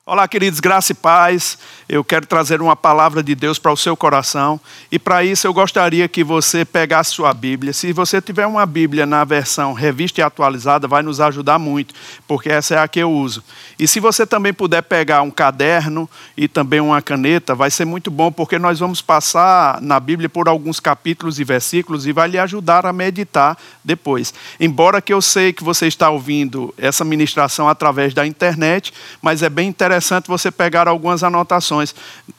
Olá, queridos, graça e paz. Eu quero trazer uma palavra de Deus para o seu coração. E para isso eu gostaria que você pegasse sua Bíblia. Se você tiver uma Bíblia na versão revista e atualizada, vai nos ajudar muito, porque essa é a que eu uso. E se você também puder pegar um caderno e também uma caneta, vai ser muito bom, porque nós vamos passar na Bíblia por alguns capítulos e versículos e vai lhe ajudar a meditar depois. Embora que eu sei que você está ouvindo essa ministração através da internet, mas é bem interessante você pegar algumas anotações.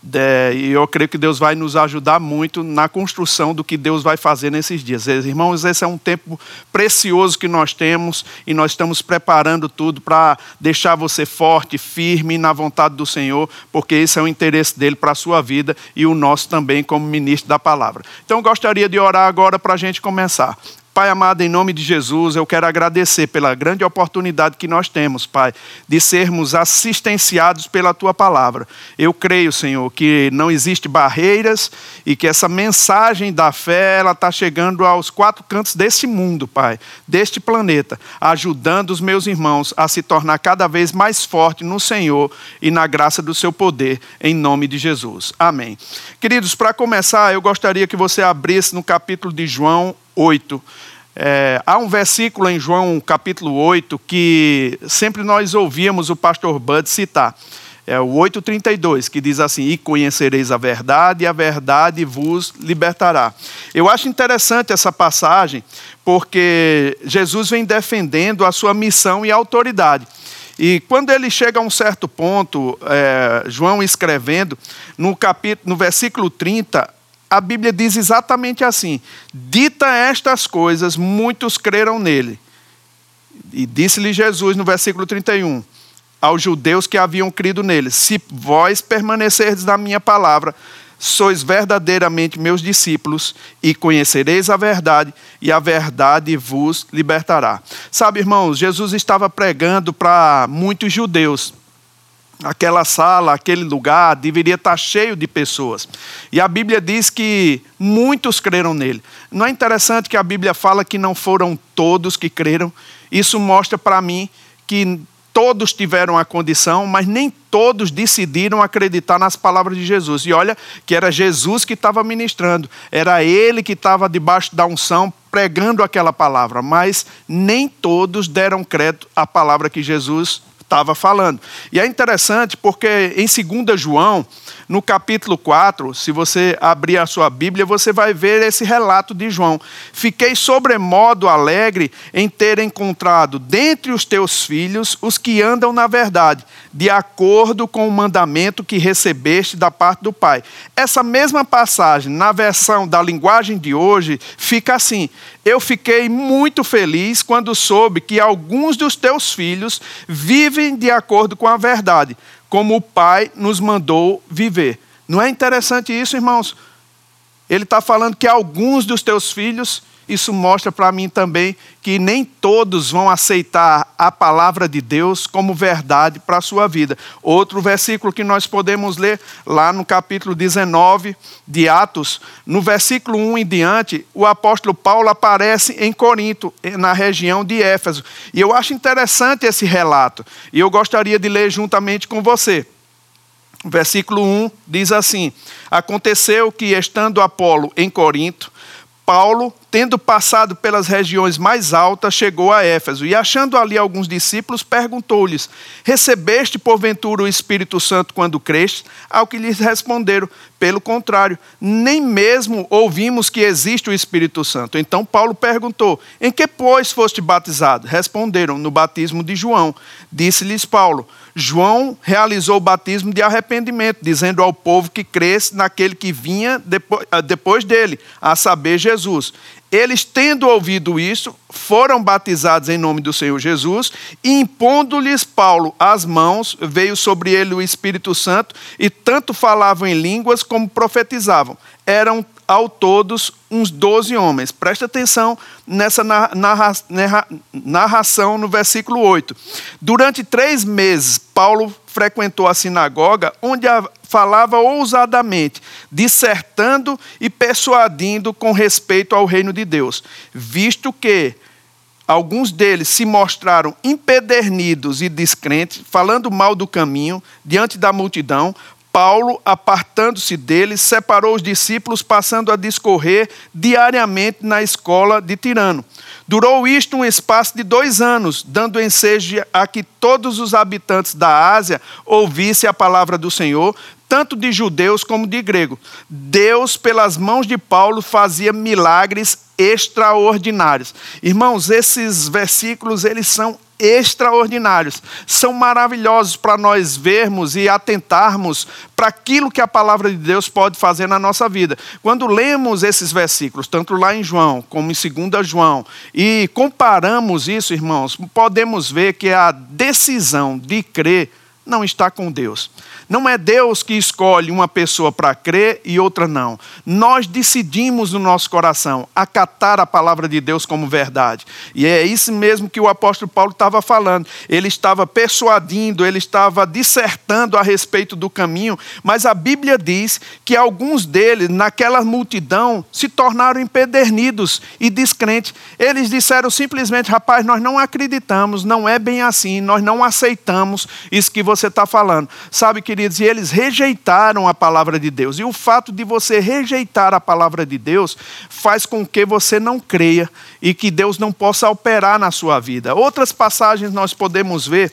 E eu creio que Deus vai nos ajudar muito na construção do que Deus vai fazer nesses dias. Irmãos, esse é um tempo precioso que nós temos e nós estamos preparando tudo para deixar você forte, firme na vontade do Senhor, porque esse é o interesse dele para a sua vida e o nosso também como ministro da palavra. Então eu gostaria de orar agora para a gente começar. Pai amado, em nome de Jesus, eu quero agradecer pela grande oportunidade que nós temos, Pai, de sermos assistenciados pela Tua palavra. Eu creio, Senhor, que não existe barreiras e que essa mensagem da fé, ela está chegando aos quatro cantos desse mundo, Pai, deste planeta, ajudando os meus irmãos a se tornar cada vez mais forte no Senhor e na graça do Seu poder, em nome de Jesus. Amém. Queridos, para começar, eu gostaria que você abrisse no capítulo de João 8. Há um versículo em João capítulo 8 que sempre nós ouvíamos o pastor Bud citar. É o 8:32, que diz assim: e conhecereis a verdade, e a verdade vos libertará. Eu acho interessante essa passagem, porque Jesus vem defendendo a sua missão e autoridade. E quando ele chega a um certo ponto, João escrevendo, no versículo 30, a Bíblia diz exatamente assim: dita estas coisas, muitos creram nele. E disse-lhe Jesus no versículo 31, aos judeus que haviam crido nele: se vós permanecerdes na minha palavra, sois verdadeiramente meus discípulos, e conhecereis a verdade, e a verdade vos libertará. Sabe, irmãos, Jesus estava pregando para muitos judeus. Aquela sala, aquele lugar deveria estar cheio de pessoas. E a Bíblia diz que muitos creram nele. Não é interessante que a Bíblia fala que não foram todos que creram? Isso mostra para mim que todos tiveram a condição, mas nem todos decidiram acreditar nas palavras de Jesus. E olha que era Jesus que estava ministrando. Era ele que estava debaixo da unção pregando aquela palavra. Mas nem todos deram crédito à palavra que Jesus estava falando. E é interessante porque em 2 João, no capítulo 4, se você abrir a sua Bíblia, você vai ver esse relato de João. Fiquei sobremodo alegre em ter encontrado dentre os teus filhos os que andam na verdade, de acordo com o mandamento que recebeste da parte do Pai. Essa mesma passagem, na versão da linguagem de hoje, fica assim: eu fiquei muito feliz quando soube que alguns dos teus filhos vivem de acordo com a verdade, como o Pai nos mandou viver. Não é interessante isso, irmãos? Ele está falando que alguns dos teus filhos, isso mostra para mim também que nem todos vão aceitar a palavra de Deus como verdade para a sua vida. Outro versículo que nós podemos ler lá no capítulo 19 de Atos, no versículo 1 em diante, o apóstolo Paulo aparece em Corinto, na região de Éfeso. E eu acho interessante esse relato, e eu gostaria de ler juntamente com você. O versículo 1 diz assim: aconteceu que, estando Apolo em Corinto, Paulo, tendo passado pelas regiões mais altas, chegou a Éfeso e, achando ali alguns discípulos, perguntou-lhes: recebeste porventura o Espírito Santo quando creste? Ao que lhes responderam: pelo contrário, nem mesmo ouvimos que existe o Espírito Santo. Então Paulo perguntou: em que, pois, foste batizado? Responderam: no batismo de João. Disse-lhes Paulo: João realizou o batismo de arrependimento, dizendo ao povo que cresce naquele que vinha depois dele, a saber, Jesus. Eles, tendo ouvido isso, foram batizados em nome do Senhor Jesus, e impondo-lhes Paulo as mãos, veio sobre ele o Espírito Santo, e tanto falavam em línguas como profetizavam. Eram ao todos uns 12 homens. Presta atenção nessa narração no versículo 8. Durante 3 meses, Paulo frequentou a sinagoga, onde falava ousadamente, dissertando e persuadindo com respeito ao reino de Deus, visto que alguns deles se mostraram empedernidos e descrentes, falando mal do caminho diante da multidão. Paulo, apartando-se deles, separou os discípulos, passando a discorrer diariamente na escola de Tirano. Durou isto um espaço de 2 anos, dando ensejo a que todos os habitantes da Ásia ouvissem a palavra do Senhor, tanto de judeus como de gregos. Deus, pelas mãos de Paulo, fazia milagres extraordinários. Irmãos, esses versículos, eles são extraordinários, são maravilhosos para nós vermos e atentarmos para aquilo que a palavra de Deus pode fazer na nossa vida. Quando lemos esses versículos, tanto lá em João como em 2 João, e comparamos isso, irmãos, podemos ver que a decisão de crer não está com Deus. Não é Deus que escolhe uma pessoa para crer e outra não. Nós decidimos no nosso coração acatar a palavra de Deus como verdade. E é isso mesmo que o apóstolo Paulo estava falando. Ele estava persuadindo, ele estava dissertando a respeito do caminho, mas a Bíblia diz que alguns deles, naquela multidão, se tornaram empedernidos e descrentes. Eles disseram simplesmente: rapaz, nós não acreditamos, não é bem assim, nós não aceitamos isso que você está falando. Sabe, queridos, e eles rejeitaram a palavra de Deus. E o fato de você rejeitar a palavra de Deus faz com que você não creia e que Deus não possa operar na sua vida. Outras passagens nós podemos ver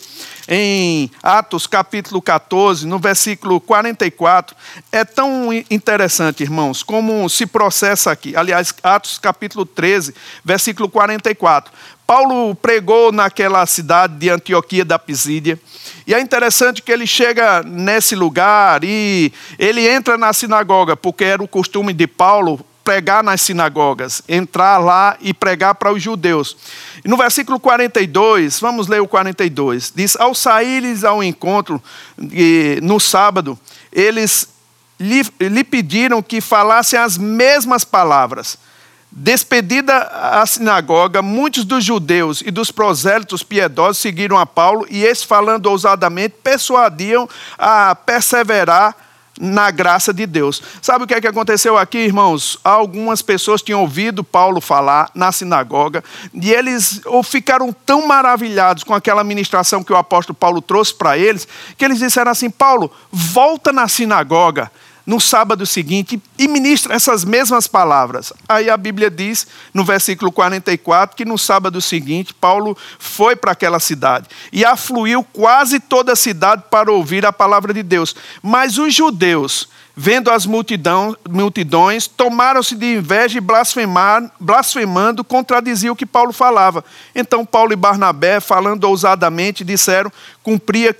em Atos capítulo 14, no versículo 44. É tão interessante, irmãos, como se processa aqui. Aliás, Atos capítulo 13, versículo 44. Paulo pregou naquela cidade de Antioquia da Pisídia. E é interessante que ele chega nesse lugar e ele entra na sinagoga, porque era o costume de Paulo pregar nas sinagogas, entrar lá e pregar para os judeus. E no versículo 42, vamos ler o 42, diz: ao saíres ao encontro no sábado, eles lhe pediram que falasse as mesmas palavras. Despedida a sinagoga, muitos dos judeus e dos prosélitos piedosos seguiram a Paulo, e estes, falando ousadamente, persuadiam a perseverar na graça de Deus. Sabe o que é que aconteceu aqui, irmãos? Algumas pessoas tinham ouvido Paulo falar na sinagoga, e eles ficaram tão maravilhados com aquela ministração que o apóstolo Paulo trouxe para eles, que eles disseram assim: Paulo, volta na sinagoga no sábado seguinte e ministra essas mesmas palavras. Aí a Bíblia diz, no versículo 44, que no sábado seguinte, Paulo foi para aquela cidade e afluiu quase toda a cidade para ouvir a palavra de Deus. Mas os judeus, vendo as multidões, tomaram-se de inveja e blasfemando, contradiziam o que Paulo falava. Então Paulo e Barnabé, falando ousadamente, disseram: cumpria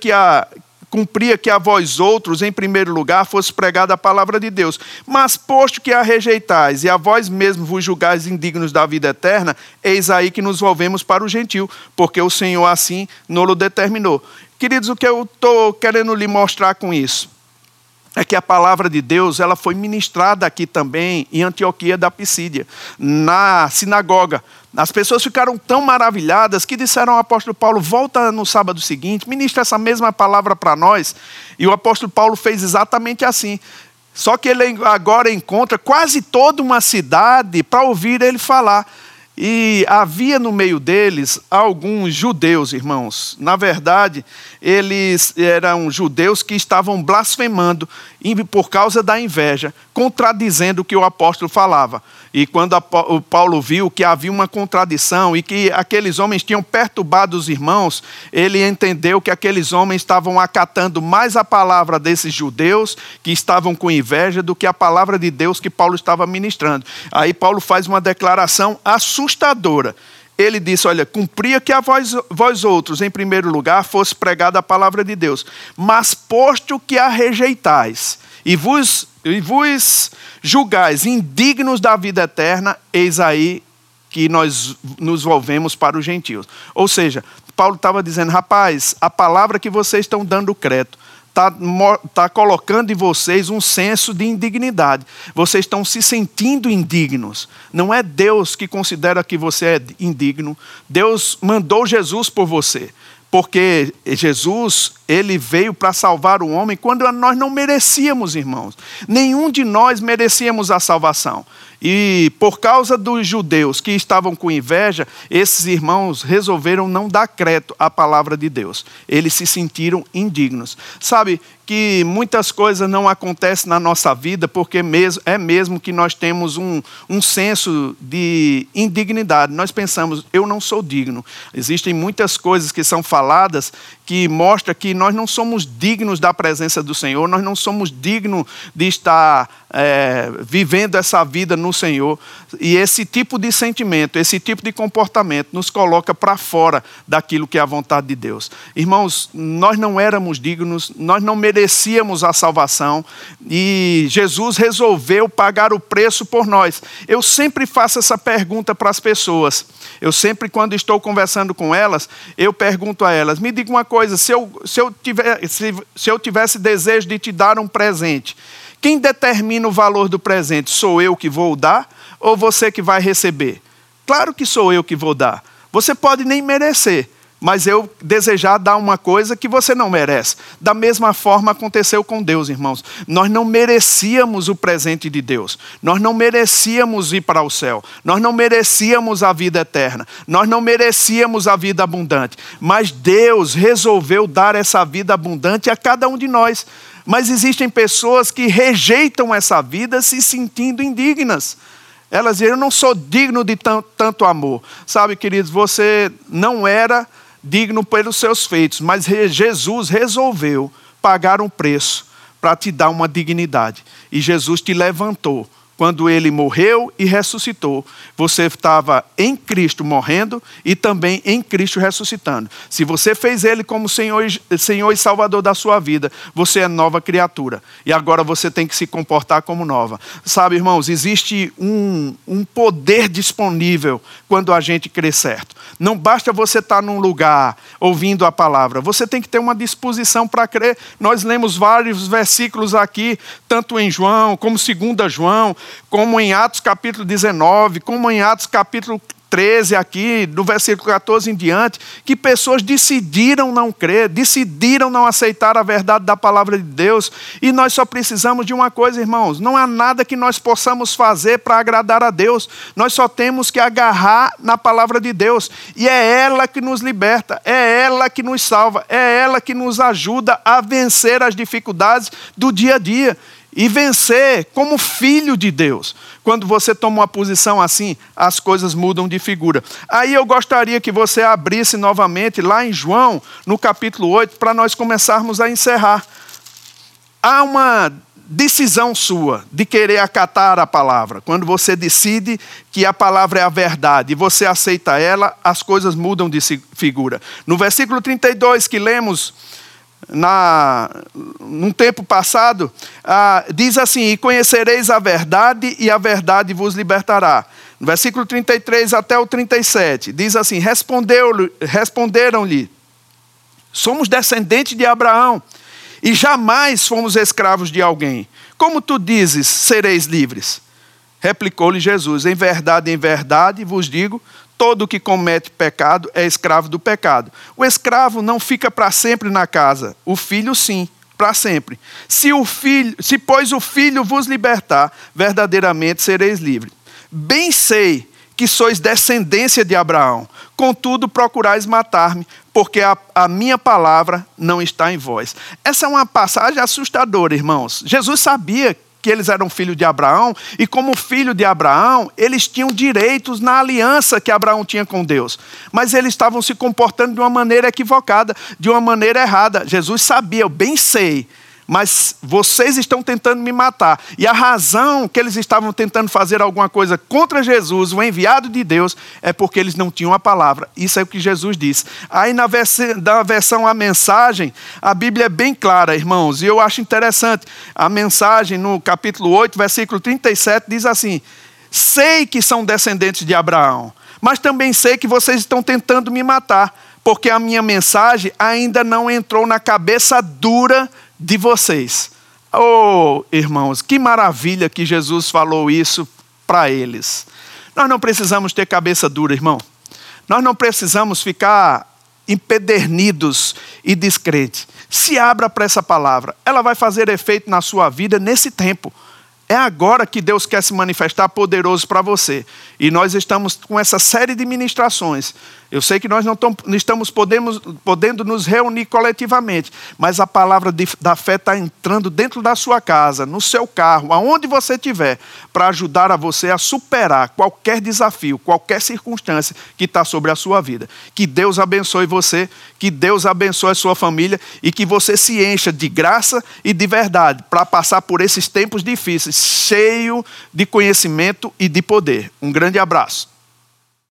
que a vós outros, em primeiro lugar, fosse pregada a palavra de Deus. Mas posto que a rejeitais e a vós mesmos vos julgais indignos da vida eterna, eis aí que nos volvemos para o gentio, porque o Senhor assim nos determinou. Queridos, o que eu estou querendo lhe mostrar com isso é que a palavra de Deus, ela foi ministrada aqui também em Antioquia da Pisídia, na sinagoga. As pessoas ficaram tão maravilhadas que disseram ao apóstolo Paulo: volta no sábado seguinte, ministra essa mesma palavra para nós. E o apóstolo Paulo fez exatamente assim. Só que ele agora encontra quase toda uma cidade para ouvir ele falar. E havia no meio deles alguns judeus, irmãos. Na verdade, eles eram judeus que estavam blasfemando por causa da inveja, contradizendo o que o apóstolo falava. E quando o Paulo viu que havia uma contradição e que aqueles homens tinham perturbado os irmãos, ele entendeu que aqueles homens estavam acatando mais a palavra desses judeus que estavam com inveja do que a palavra de Deus que Paulo estava ministrando. Aí Paulo faz uma declaração assustadora. Ele disse: olha, cumpria que a vós outros, em primeiro lugar, fosse pregada a palavra de Deus. Mas posto que a rejeitais e vos julgais indignos da vida eterna, eis aí que nós nos volvemos para os gentios. Ou seja, Paulo estava dizendo: rapaz, a palavra que vocês estão dando crédito está colocando em vocês um senso de indignidade. Vocês estão se sentindo indignos. Não é Deus que considera que você é indigno. Deus mandou Jesus por você. Porque Jesus, ele veio para salvar o homem quando nós não merecíamos, irmãos. Nenhum de nós merecíamos a salvação. E por causa dos judeus que estavam com inveja, esses irmãos resolveram não dar crédito à palavra de Deus. Eles se sentiram indignos. Sabe que muitas coisas não acontecem na nossa vida porque é mesmo que nós temos um senso de indignidade. Nós pensamos, eu não sou digno. Existem muitas coisas que são faladas que mostram que nós não somos dignos da presença do Senhor, nós não somos dignos de estar vivendo essa vida no Senhor. E esse tipo de sentimento, esse tipo de comportamento nos coloca para fora daquilo que é a vontade de Deus. Irmãos, nós não éramos dignos, nós não merecíamos a salvação e Jesus resolveu pagar o preço por nós. Eu sempre faço essa pergunta para as pessoas. Eu sempre, quando estou conversando com elas, eu pergunto a elas, me diga uma coisa, se eu tivesse desejo de te dar um presente, quem determina o valor do presente? Sou eu que vou dar ou você que vai receber? Claro que sou eu que vou dar. Você pode nem merecer, mas eu desejar dar uma coisa que você não merece. Da mesma forma aconteceu com Deus, irmãos. Nós não merecíamos o presente de Deus. Nós não merecíamos ir para o céu. Nós não merecíamos a vida eterna. Nós não merecíamos a vida abundante. Mas Deus resolveu dar essa vida abundante a cada um de nós. Mas existem pessoas que rejeitam essa vida se sentindo indignas. Elas dizem, eu não sou digno de tanto amor. Sabe, queridos, você não era digno pelos seus feitos, mas Jesus resolveu pagar um preço para te dar uma dignidade. E Jesus te levantou. Quando ele morreu e ressuscitou, você estava em Cristo morrendo e também em Cristo ressuscitando. Se você fez ele como Senhor e Salvador da sua vida, você é nova criatura. E agora você tem que se comportar como nova. Sabe, irmãos, existe um poder disponível quando a gente crê certo. Não basta você estar num lugar ouvindo a palavra. Você tem que ter uma disposição para crer. Nós lemos vários versículos aqui, tanto em João, como 2 João, como em Atos capítulo 19, como em Atos capítulo 13 aqui, do versículo 14 em diante, que pessoas decidiram não crer, decidiram não aceitar a verdade da palavra de Deus. E nós só precisamos de uma coisa, irmãos, não há nada que nós possamos fazer para agradar a Deus. Nós só temos que agarrar na palavra de Deus. E é ela que nos liberta, é ela que nos salva, é ela que nos ajuda a vencer as dificuldades do dia a dia. E vencer como filho de Deus. Quando você toma uma posição assim, as coisas mudam de figura. Aí eu gostaria que você abrisse novamente lá em João, no capítulo 8, para nós começarmos a encerrar. Há uma decisão sua de querer acatar a palavra. Quando você decide que a palavra é a verdade e você aceita ela, as coisas mudam de figura. No versículo 32 que lemos num tempo passado, diz assim, e conhecereis a verdade e a verdade vos libertará. No versículo 33 até o 37, diz assim, responderam-lhe, somos descendentes de Abraão e jamais fomos escravos de alguém. Como tu dizes, sereis livres? Replicou-lhe Jesus, em verdade vos digo, todo que comete pecado é escravo do pecado. O escravo não fica para sempre na casa, o filho sim, para sempre. Se pois o filho vos libertar, verdadeiramente sereis livres. Bem sei que sois descendência de Abraão, contudo procurais matar-me, porque a minha palavra não está em vós. Essa é uma passagem assustadora, irmãos. Jesus sabia que eles eram filhos de Abraão, e como filho de Abraão, eles tinham direitos na aliança que Abraão tinha com Deus. Mas eles estavam se comportando de uma maneira equivocada, de uma maneira errada. Jesus sabia, eu bem sei, mas vocês estão tentando me matar. E a razão que eles estavam tentando fazer alguma coisa contra Jesus, o enviado de Deus, é porque eles não tinham a palavra. Isso é o que Jesus disse. Aí na versão A Mensagem, a Bíblia é bem clara, irmãos. E eu acho interessante. A Mensagem, no capítulo 8, versículo 37, diz assim, sei que são descendentes de Abraão, mas também sei que vocês estão tentando me matar, porque a minha mensagem ainda não entrou na cabeça dura de vocês. Oh, irmãos, que maravilha que Jesus falou isso para eles. Nós não precisamos ter cabeça dura, irmão. Nós não precisamos ficar empedernidos e descrentes. Se abra para essa palavra. Ela vai fazer efeito na sua vida nesse tempo. É agora que Deus quer se manifestar poderoso para você. E nós estamos com essa série de ministrações. Eu sei que nós não estamos podendo nos reunir coletivamente, mas a palavra da fé está entrando dentro da sua casa, no seu carro, aonde você estiver, para ajudar a você a superar qualquer desafio, qualquer circunstância que está sobre a sua vida. Que Deus abençoe você, que Deus abençoe a sua família e que você se encha de graça e de verdade para passar por esses tempos difíceis, cheio de conhecimento e de poder. Um grande abraço.